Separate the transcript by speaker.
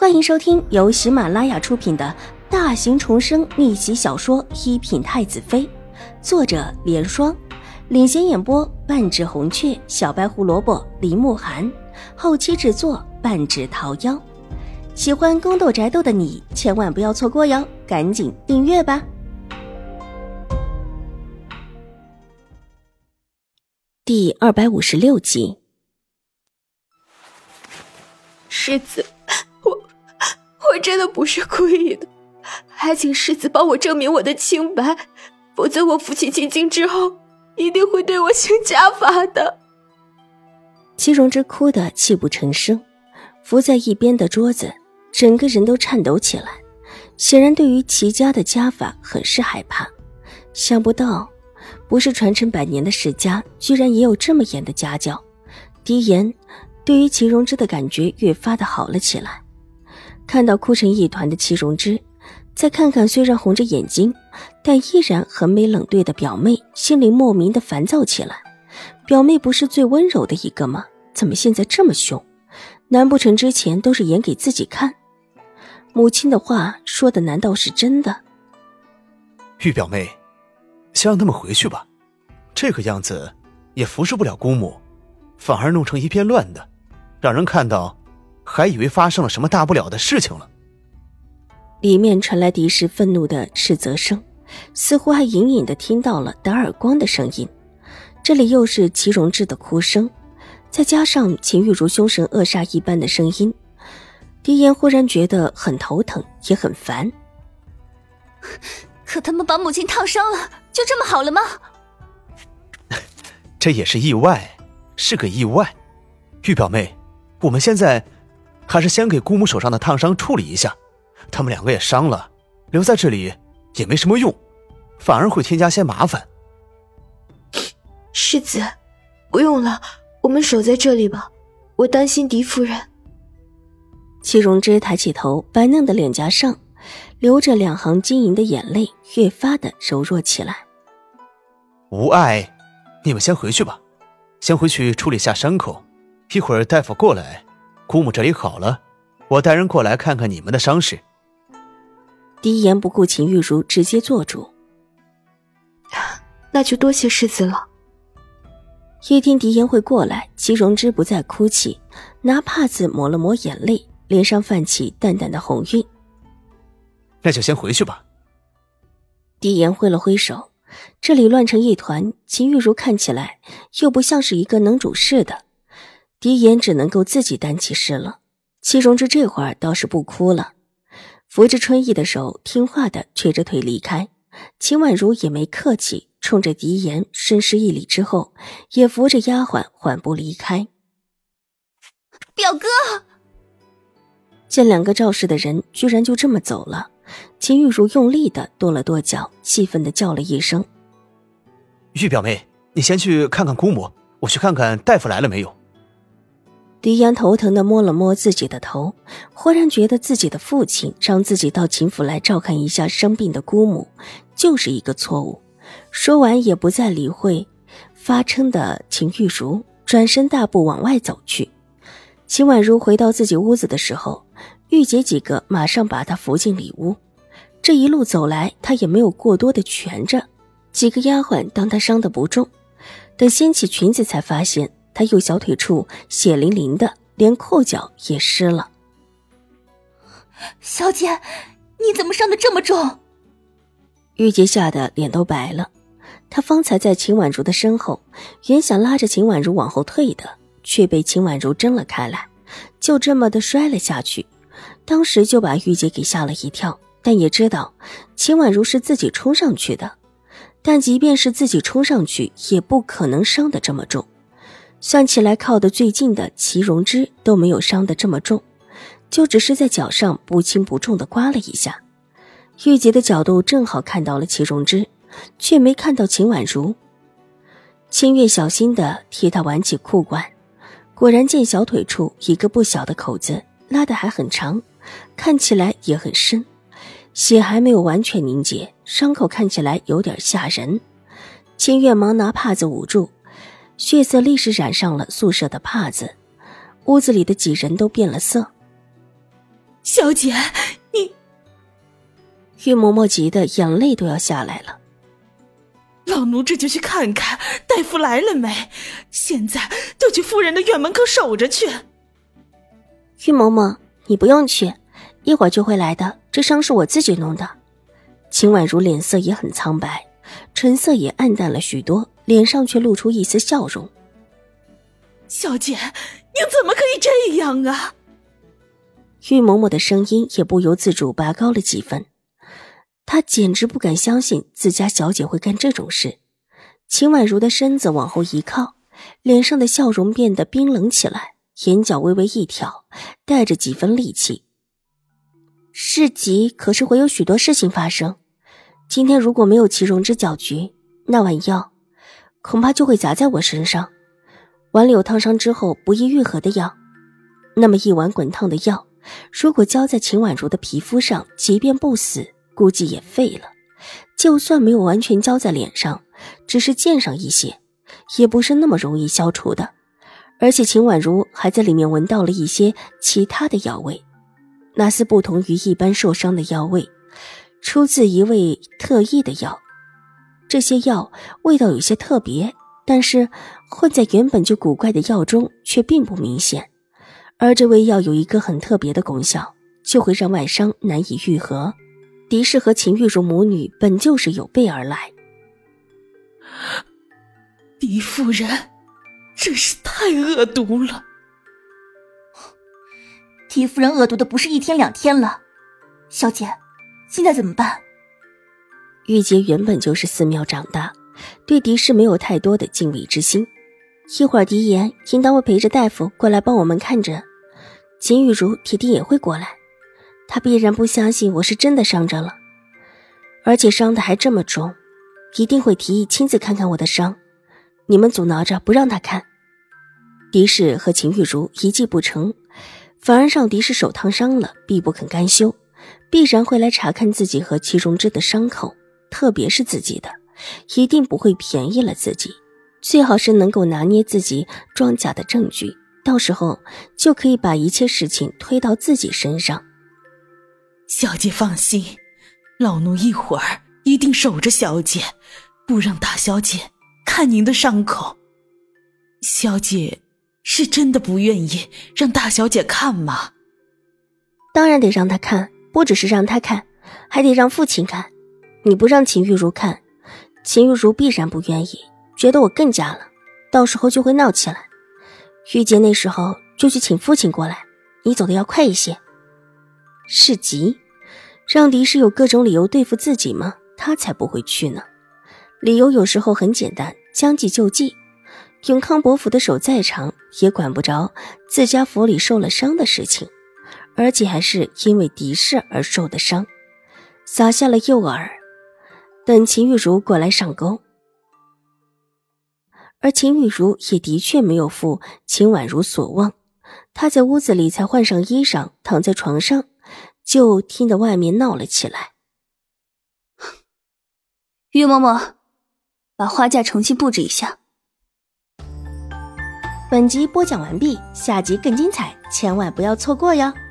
Speaker 1: 欢迎收听由喜马拉雅出品的大型重生逆袭小说《一品太子妃》，作者莲霜，领衔演播半指红雀、小白胡萝卜、林慕寒，后期制作半指桃夭。喜欢宫斗宅斗的你千万不要错过哟，赶紧订阅吧。第256集。
Speaker 2: 世子，我真的不是故意的，还请世子帮我证明我的清白，否则我父亲进京之后一定会对我行家法的。
Speaker 1: 戚容之哭得泣不成声，伏在一边的桌子，整个人都颤抖起来，显然对于齐家的家法很是害怕。想不到不是传承100年的世家，居然也有这么严的家教。狄言对于齐容之的感觉越发的好了起来。看到哭成一团的齐容之，再看看虽然红着眼睛但依然横眉冷对的表妹，心里莫名的烦躁起来。表妹不是最温柔的一个吗？怎么现在这么凶？难不成之前都是演给自己看？母亲的话说的难道是真的？
Speaker 3: 玉表妹，先让他们回去吧，这个样子也服侍不了姑母，反而弄成一片乱的，让人看到还以为发生了什么大不了的事情了。
Speaker 1: 里面传来狄氏愤怒的斥责声，似乎还隐隐地听到了打耳光的声音。这里又是齐容之的哭声，再加上秦玉茹凶神恶煞一般的声音，狄言忽然觉得很头疼，也很烦。
Speaker 4: 可他们把母亲烫伤了，就这么好了吗？
Speaker 3: 这也是意外，是个意外。玉表妹，我们现在还是先给姑母手上的烫伤处理一下，他们2个也伤了，留在这里也没什么用，反而会添加些麻烦。
Speaker 2: 世子，不用了，我们守在这里吧，我担心狄夫人。
Speaker 1: 戚容之抬起头，白嫩的脸颊上流着2行晶莹的眼泪，越发的柔弱起来。
Speaker 3: 无碍，你们先回去吧，先回去处理下伤口，一会儿大夫过来，姑母这里好了，我带人过来看看你们的伤势。
Speaker 1: 狄言不顾秦玉茹，直接做主。
Speaker 2: 那就多谢世子了。
Speaker 1: 一听狄言会过来，齐容之不再哭泣，拿帕子抹了抹眼泪，脸上泛起淡淡的红晕。
Speaker 3: 那就先回去吧。
Speaker 1: 狄言挥了挥手，这里乱成一团，秦玉茹看起来又不像是一个能主事的，狄言只能够自己担起事了。戚容之这会儿倒是不哭了，扶着春意的手，听话的瘸着腿离开。秦婉如也没客气，冲着狄言深施一礼之后，也扶着丫鬟缓步离开。
Speaker 4: 表哥！
Speaker 1: 见2个肇事的人居然就这么走了，秦玉茹用力的跺了跺脚，气愤的叫了一声：
Speaker 3: 玉表妹，你先去看看姑母，我去看看大夫来了没有。
Speaker 1: 狄言头疼的摸了摸自己的头，忽然觉得自己的父亲让自己到秦府来照看一下生病的姑母就是一个错误。说完也不再理会发嗔的秦玉茹，转身大步往外走去。秦婉如回到自己屋子的时候，玉姐几个马上把她扶进里屋。这一路走来，她也没有过多的蜷着，几个丫鬟当她伤得不重，等掀起裙子才发现她右小腿处血淋淋的，连裤脚也湿了。
Speaker 4: 小姐，你怎么伤得这么重？
Speaker 1: 玉洁吓得脸都白了，她方才在秦婉如的身后，原想拉着秦婉如往后退的，却被秦婉如挣了开来，就这么的摔了下去。当时就把玉洁给吓了一跳，但也知道秦婉如是自己冲上去的，但即便是自己冲上去，也不可能伤得这么重。算起来靠得最近的齐容之都没有伤得这么重，就只是在脚上不轻不重地刮了一下。玉洁的角度正好看到了齐容之，却没看到秦婉如。清月小心地替她挽起裤管，果然见小腿处一个不小的口子，拉得还很长，看起来也很深，血还没有完全凝结，伤口看起来有点吓人。清月忙拿帕子捂住，血色立时染上了宿舍的帕子，屋子里的几人都变了色。
Speaker 5: 小姐，你……
Speaker 1: 玉嬷嬷急得眼泪都要下来了。
Speaker 5: 老奴这就去看看大夫来了没，现在就去夫人的院门口守着去。
Speaker 1: 玉嬷嬷，你不用去，一会儿就会来的，这伤是我自己弄的。秦婉如脸色也很苍白，唇色也暗淡了许多，脸上却露出一丝笑容。
Speaker 5: 小姐，你怎么可以这样啊？
Speaker 1: 玉嬷嬷的声音也不由自主拔高了几分，她简直不敢相信自家小姐会干这种事。秦婉如的身子往后一靠，脸上的笑容变得冰冷起来，眼角微微一挑，带着几分戾气。市集可是会有许多事情发生，今天如果没有祁荣之搅局，那碗药恐怕就会砸在我身上。碗里有烫伤之后不易愈合的药，那么一碗滚烫的药如果浇在秦婉如的皮肤上，即便不死估计也废了。就算没有完全浇在脸上，只是溅上一些，也不是那么容易消除的。而且秦婉如还在里面闻到了一些其他的药味，那丝不同于一般受伤的药味，出自一味特异的药。这些药味道有些特别，但是混在原本就古怪的药中却并不明显。而这味药有一个很特别的功效，就会让外伤难以愈合。狄氏和秦玉茹母女本就是有备而来。
Speaker 5: 狄夫人真是太恶毒了。
Speaker 4: 狄夫人恶毒的不是一天两天了，小姐，现在怎么办？
Speaker 1: 玉洁原本就是寺庙长大，对狄氏没有太多的敬畏之心。一会儿狄言应当会陪着大夫过来帮我们看着，秦玉茹铁定也会过来，她必然不相信我是真的伤着了，而且伤得还这么重，一定会提议亲自看看我的伤。你们阻挠着不让她看。狄氏和秦玉茹一计不成，反而让狄氏手烫伤了，必不肯甘休，必然会来查看自己和祁荣之的伤口，特别是自己的，一定不会便宜了自己，最好是能够拿捏自己装假的证据，到时候就可以把一切事情推到自己身上。
Speaker 5: 小姐放心，老奴一会儿一定守着小姐，不让大小姐看您的伤口。小姐是真的不愿意让大小姐看吗？
Speaker 1: 当然得让她看，不只是让她看，还得让父亲看。你不让秦玉茹看，秦玉茹必然不愿意，觉得我更假了，到时候就会闹起来。玉洁那时候就去请父亲过来，你走的要快一些。是急，让狄氏有各种理由对付自己吗？他才不会去呢。理由有时候很简单，将计就计。永康伯府的手再长，也管不着自家府里受了伤的事情，而且还是因为狄氏而受的伤。撒下了诱饵，等秦玉茹过来上钩。而秦玉茹也的确没有负秦婉如所望，她在屋子里才换上衣裳，躺在床上，就听得外面闹了起来。
Speaker 4: 玉嬷嬷，把花架重新布置一下。
Speaker 1: 本集播讲完毕，下集更精彩，千万不要错过哟。